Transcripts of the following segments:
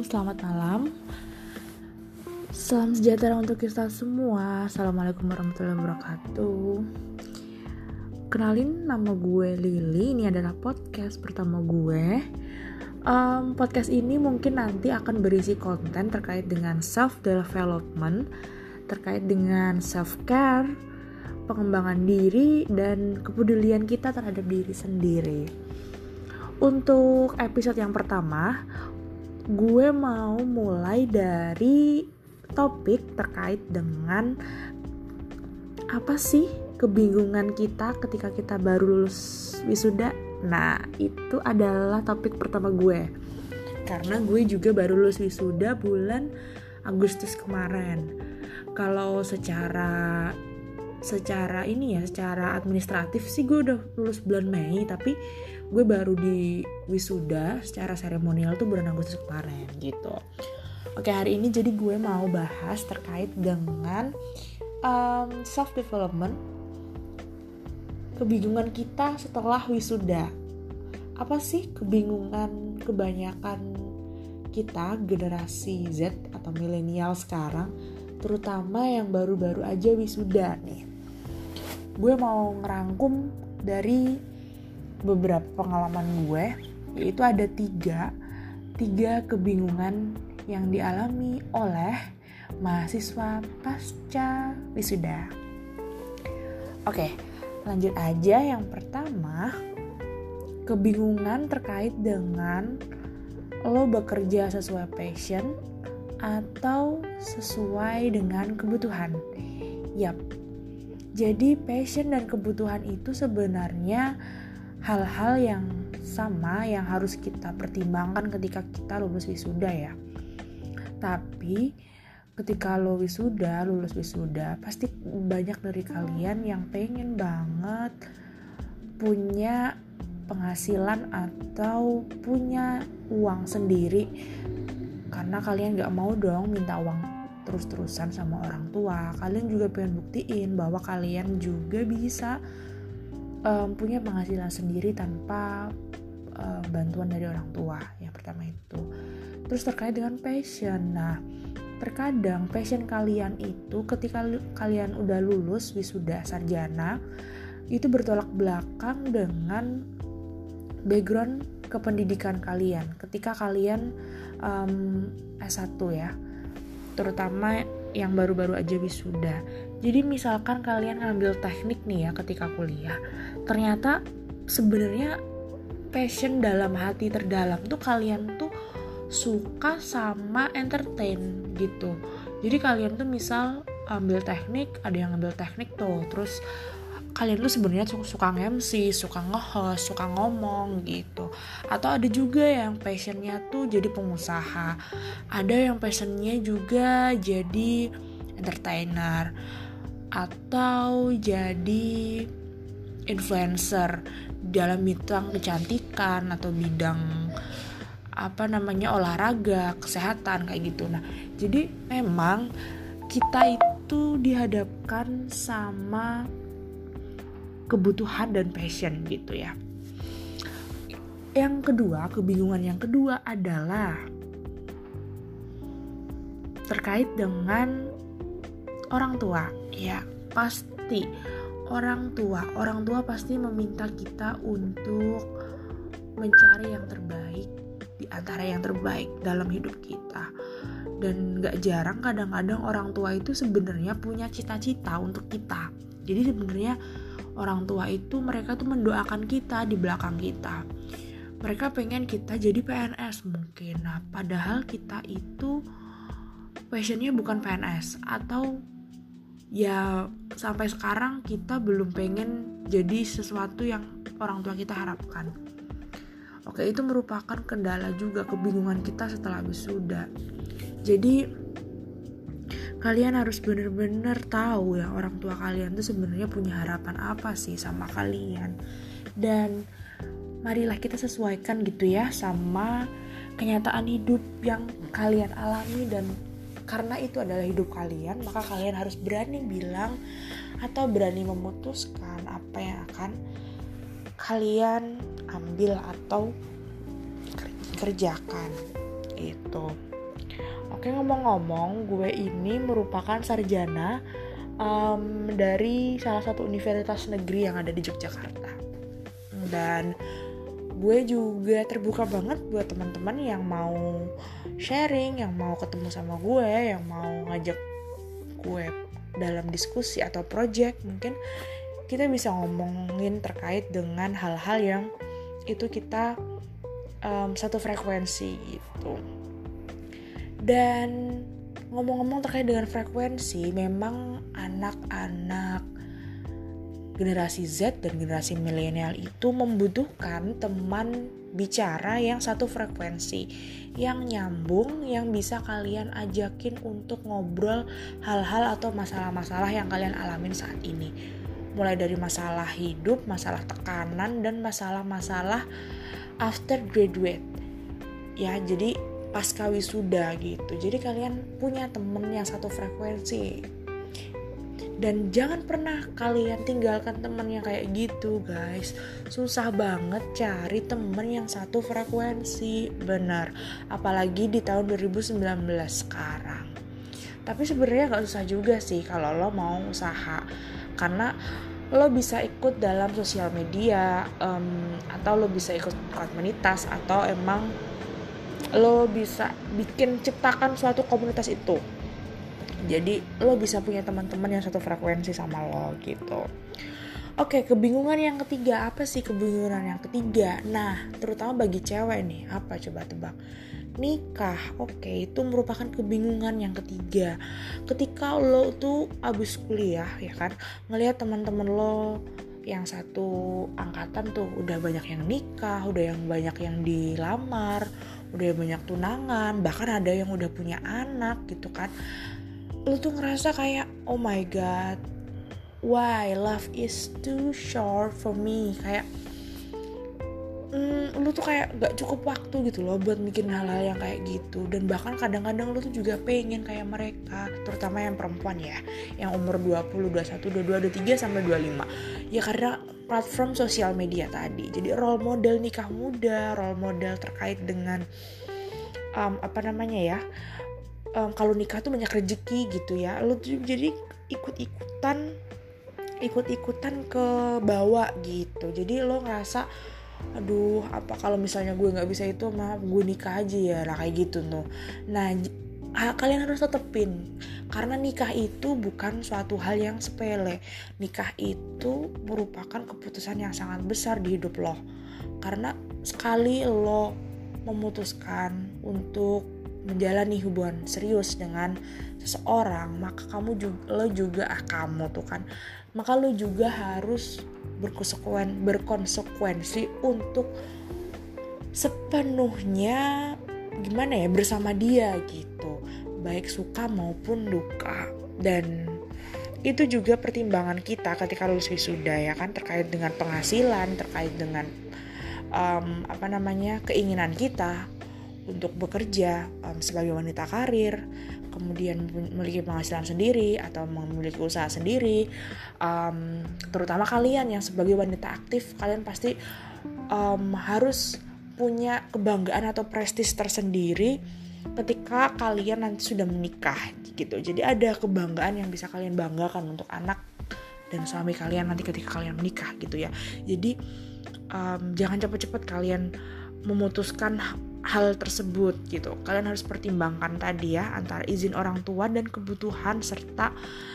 selamat malam. Salam sejahtera untuk kita semua. Assalamualaikum warahmatullahi wabarakatuh. Kenalin, nama gue Lily. Ini adalah podcast pertama gue. Podcast ini mungkin nanti akan berisi konten terkait dengan self-development, terkait dengan self-care, pengembangan diri, dan kepedulian kita terhadap diri sendiri. Untuk episode yang pertama, gue mau mulai dari topik terkait dengan apa sih kebingungan kita ketika kita baru lulus wisuda. Nah, itu adalah topik pertama gue. Karena gue juga baru lulus wisuda bulan Agustus kemarin. Kalau secara administratif sih gue udah lulus bulan Mei, tapi gue baru di wisuda secara seremonial tuh bulan Agustus kemarin gitu. Oke, hari ini jadi gue mau bahas terkait dengan self development, kebingungan kita setelah wisuda. Apa sih kebingungan kebanyakan kita generasi Z atau milenial sekarang, terutama yang baru-baru aja wisuda nih. Gue mau ngerangkum dari beberapa pengalaman gue, yaitu ada tiga kebingungan yang dialami oleh mahasiswa pasca wisuda. Oke, lanjut aja. Yang pertama, kebingungan terkait dengan lo bekerja sesuai passion atau sesuai dengan kebutuhan. Yap, jadi passion dan kebutuhan itu sebenarnya hal-hal yang sama yang harus kita pertimbangkan ketika kita lulus wisuda ya. Tapi ketika lulus wisuda, pasti banyak dari kalian yang pengen banget punya penghasilan atau punya uang sendiri. Karena kalian gak mau dong minta uang terus-terusan sama orang tua. Kalian juga pengen buktiin bahwa kalian juga bisa punya penghasilan sendiri tanpa bantuan dari orang tua. Yang pertama itu. Terus terkait dengan passion. Nah, terkadang passion kalian itu ketika kalian udah lulus wisuda sarjana itu bertolak belakang dengan background kependidikan kalian ketika kalian S1 ya, terutama yang baru-baru aja wisuda. Jadi misalkan kalian ngambil teknik nih ya ketika kuliah, ternyata sebenarnya passion dalam hati terdalam tuh kalian tuh suka sama entertain gitu. Jadi kalian tuh misal ambil teknik, ada yang ngambil teknik tuh, terus kalian tuh sebenarnya suka nge-MC, suka nge-host, suka ngomong gitu. Atau ada juga yang passionnya tuh jadi pengusaha, ada yang passionnya juga jadi entertainer atau jadi influencer dalam bidang kecantikan atau bidang olahraga, kesehatan kayak gitu. Nah, jadi memang kita itu dihadapkan sama kebutuhan dan passion gitu ya. Kebingungan yang kedua adalah terkait dengan orang tua. Ya, pasti orang tua pasti meminta kita untuk mencari yang terbaik di antara yang terbaik dalam hidup kita. Dan gak jarang kadang-kadang orang tua itu sebenarnya punya cita-cita untuk kita. Jadi sebenarnya orang tua itu mereka tuh mendoakan kita di belakang kita. Mereka pengen kita jadi PNS mungkin. Nah, padahal kita itu passionnya bukan PNS, atau ya sampai sekarang kita belum pengen jadi sesuatu yang orang tua kita harapkan. Oke, itu merupakan kendala juga, kebingungan kita setelah wisuda. Jadi kalian harus benar-benar tahu ya orang tua kalian tuh sebenarnya punya harapan apa sih sama kalian. Dan marilah kita sesuaikan gitu ya sama kenyataan hidup yang kalian alami, dan karena itu adalah hidup kalian, maka kalian harus berani bilang atau berani memutuskan apa yang akan kalian ambil atau kerjakan itu. Oke, ngomong-ngomong, gue ini merupakan sarjana dari salah satu universitas negeri yang ada di Yogyakarta. Dan gue juga terbuka banget buat teman-teman yang mau sharing, yang mau ketemu sama gue, yang mau ngajak gue dalam diskusi atau project. Mungkin kita bisa ngomongin terkait dengan hal-hal yang itu kita satu frekuensi gitu. Dan ngomong-ngomong terkait dengan frekuensi, memang anak-anak generasi Z dan generasi milenial itu membutuhkan teman bicara yang satu frekuensi, yang nyambung, yang bisa kalian ajakin untuk ngobrol hal-hal atau masalah-masalah yang kalian alamin saat ini. Mulai dari masalah hidup, masalah tekanan, dan masalah-masalah after graduate. Ya, jadi pasca wisuda gitu. Jadi kalian punya temen yang satu frekuensi. Dan jangan pernah kalian tinggalkan temen yang kayak gitu, guys. Susah banget cari temen yang satu frekuensi, benar. Apalagi di tahun 2019 sekarang. Tapi sebenarnya gak susah juga sih kalau lo mau usaha. Karena lo bisa ikut dalam sosial media, atau lo bisa ikut komunitas, atau emang lo bisa ciptakan suatu komunitas itu. Jadi lo bisa punya teman-teman yang satu frekuensi sama lo gitu. Oke, kebingungan yang ketiga. Apa sih kebingungan yang ketiga? Nah, terutama bagi cewek nih, apa coba tebak? Nikah. Oke, itu merupakan kebingungan yang ketiga. Ketika lo tuh abis kuliah, ya kan, ngelihat teman-teman lo yang satu angkatan tuh udah banyak yang nikah, udah yang banyak yang dilamar, udah banyak tunangan, bahkan ada yang udah punya anak gitu kan. Lu tuh ngerasa kayak, oh my god, why love is too short for me. Kayak lu tuh kayak gak cukup waktu gitu loh buat mikirin hal-hal yang kayak gitu. Dan bahkan kadang-kadang lu tuh juga pengen kayak mereka, terutama yang perempuan ya, yang umur 20, 21, 22, 23 sampai 25. Ya karena platform sosial media tadi. Jadi role model nikah muda, role model terkait dengan kalau nikah tuh banyak rezeki gitu ya. Lu tuh jadi ikut-ikutan ke bawah gitu. Jadi lo ngerasa, aduh, apa kalau misalnya gue nggak bisa itu, maaf gue nikah aja ya, lah kayak gitu tuh. Nah, kalian harus tetepin, karena nikah itu bukan suatu hal yang sepele. Nikah itu merupakan keputusan yang sangat besar di hidup lo. Karena sekali lo memutuskan untuk menjalani hubungan serius dengan seseorang, maka lo juga harus berkonsekuensi untuk sepenuhnya bersama dia gitu, baik suka maupun duka. Dan itu juga pertimbangan kita ketika lulus wisuda ya kan, terkait dengan penghasilan, terkait dengan keinginan kita untuk bekerja sebagai wanita karir, kemudian memiliki penghasilan sendiri atau memiliki usaha sendiri. Terutama kalian yang sebagai wanita aktif, kalian pasti harus punya kebanggaan atau prestis tersendiri ketika kalian nanti sudah menikah gitu. Jadi ada kebanggaan yang bisa kalian banggakan untuk anak dan suami kalian nanti ketika kalian menikah gitu ya. Jadi jangan cepat-cepat kalian memutuskan hal tersebut gitu. Kalian harus pertimbangkan tadi ya, antara izin orang tua dan kebutuhan serta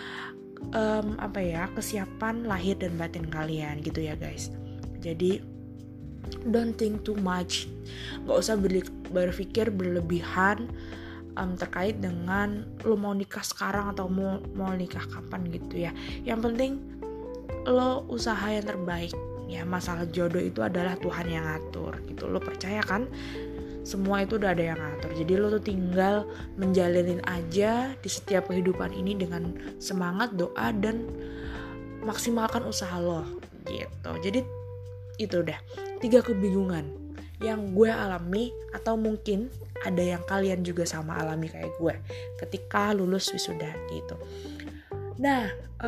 kesiapan lahir dan batin kalian gitu ya guys. Jadi don't think too much. Gak usah berpikir berlebihan terkait dengan lo mau nikah sekarang atau mau nikah kapan gitu ya. Yang penting lo usaha yang terbaik ya. Masalah jodoh itu adalah Tuhan yang ngatur gitu. Lo percaya kan? Semua itu udah ada yang ngatur. Jadi lo tuh tinggal menjalanin aja di setiap kehidupan ini dengan semangat, doa, dan maksimalkan usaha lo gitu. Jadi itu udah 3 kebingungan yang gue alami, atau mungkin ada yang kalian juga sama alami kayak gue ketika lulus wisuda gitu. Nah,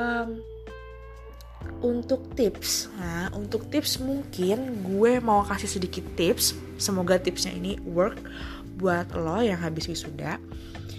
untuk tips mungkin gue mau kasih sedikit tips. Semoga tipsnya ini work buat lo yang habis wisuda.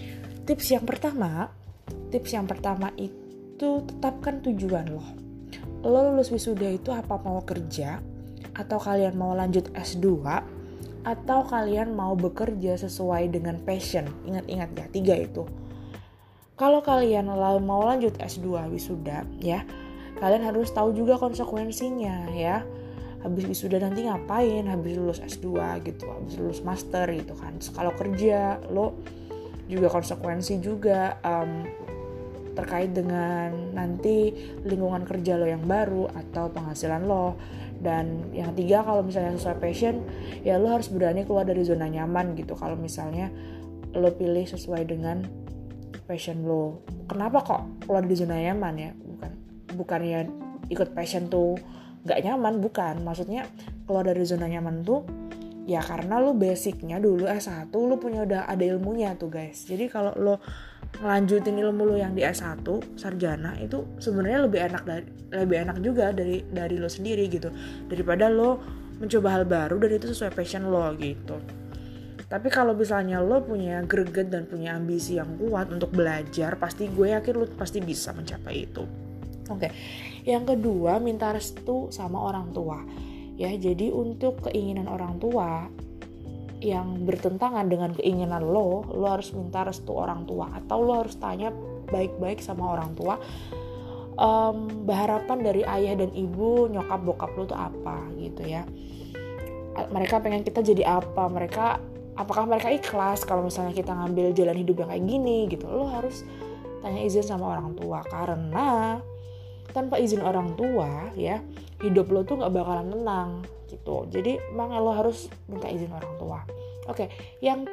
Tips yang pertama itu tetapkan tujuan lo. Lo lulus wisuda itu apa, mau kerja, atau kalian mau lanjut S2, atau kalian mau bekerja sesuai dengan passion. Ingat ya, 3 itu. Kalau kalian mau lanjut S2 wisuda ya, kalian harus tahu juga konsekuensinya ya. Habis wisuda nanti ngapain, habis lulus S2 gitu, habis lulus master gitu kan. Kalau kerja lo juga konsekuensi juga terkait dengan nanti lingkungan kerja lo yang baru atau penghasilan lo. Dan yang 3, kalau misalnya sesuai passion ya lo harus berani keluar dari zona nyaman gitu. Kalau misalnya lo pilih sesuai dengan passion lo. Kenapa kok keluar dari zona nyaman ya? Bukannya ikut passion tuh gak nyaman, bukan. Maksudnya keluar dari zona nyaman tuh ya karena lo basicnya dulu S1 lo punya udah ada ilmunya tuh guys. Jadi kalau lo ngelanjutin ilmu lo yang di S1 sarjana itu sebenarnya lebih enak juga dari lo sendiri gitu, daripada lo mencoba hal baru dan itu sesuai passion lo gitu. Tapi kalau misalnya lo punya greget dan punya ambisi yang kuat untuk belajar, pasti gue yakin lo pasti bisa mencapai itu. Oke. Yang kedua, minta restu sama orang tua. Ya, jadi untuk keinginan orang tua yang bertentangan dengan keinginan lo harus minta restu orang tua, atau lo harus tanya baik-baik sama orang tua. Harapan dari ayah dan ibu, nyokap bokap lo tuh apa gitu ya. Mereka pengen kita jadi apa, apakah mereka ikhlas kalau misalnya kita ngambil jalan hidup yang kayak gini gitu. Lo harus tanya izin sama orang tua, karena tanpa izin orang tua ya hidup lo tuh gak bakalan tenang gitu. Jadi emang lo harus minta izin orang tua. Oke, yang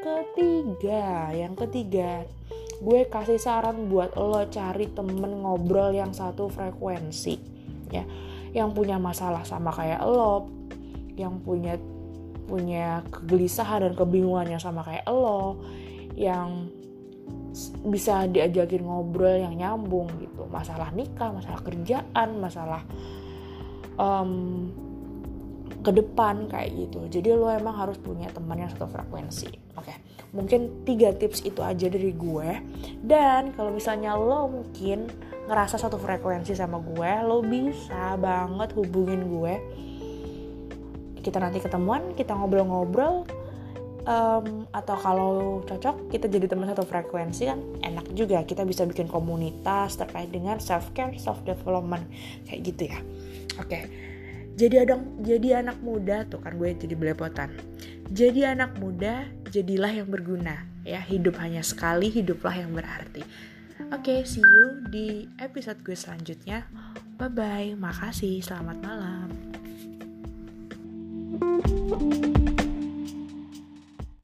ketiga gue kasih saran buat lo cari temen ngobrol yang satu frekuensi ya, yang punya masalah sama kayak lo, yang punya kegelisahan dan kebingungan yang sama kayak lo, yang bisa diajakin ngobrol yang nyambung gitu. Masalah nikah, masalah kerjaan, masalah ke depan kayak gitu. Jadi lo emang harus punya teman yang satu frekuensi. Oke, mungkin 3 tips itu aja dari gue. Dan kalau misalnya lo mungkin ngerasa satu frekuensi sama gue, lo bisa banget hubungin gue. Kita nanti ketemuan, kita ngobrol-ngobrol. Atau kalau cocok kita jadi teman satu frekuensi kan enak juga. Kita bisa bikin komunitas terkait dengan self-care, self-development kayak gitu ya. Oke. Jadi anak muda tuh kan gue jadi belepotan. Jadi anak muda, jadilah yang berguna ya. Hidup hanya sekali, hiduplah yang berarti. Oke, see you di episode gue selanjutnya. Bye bye. Makasih. Selamat malam.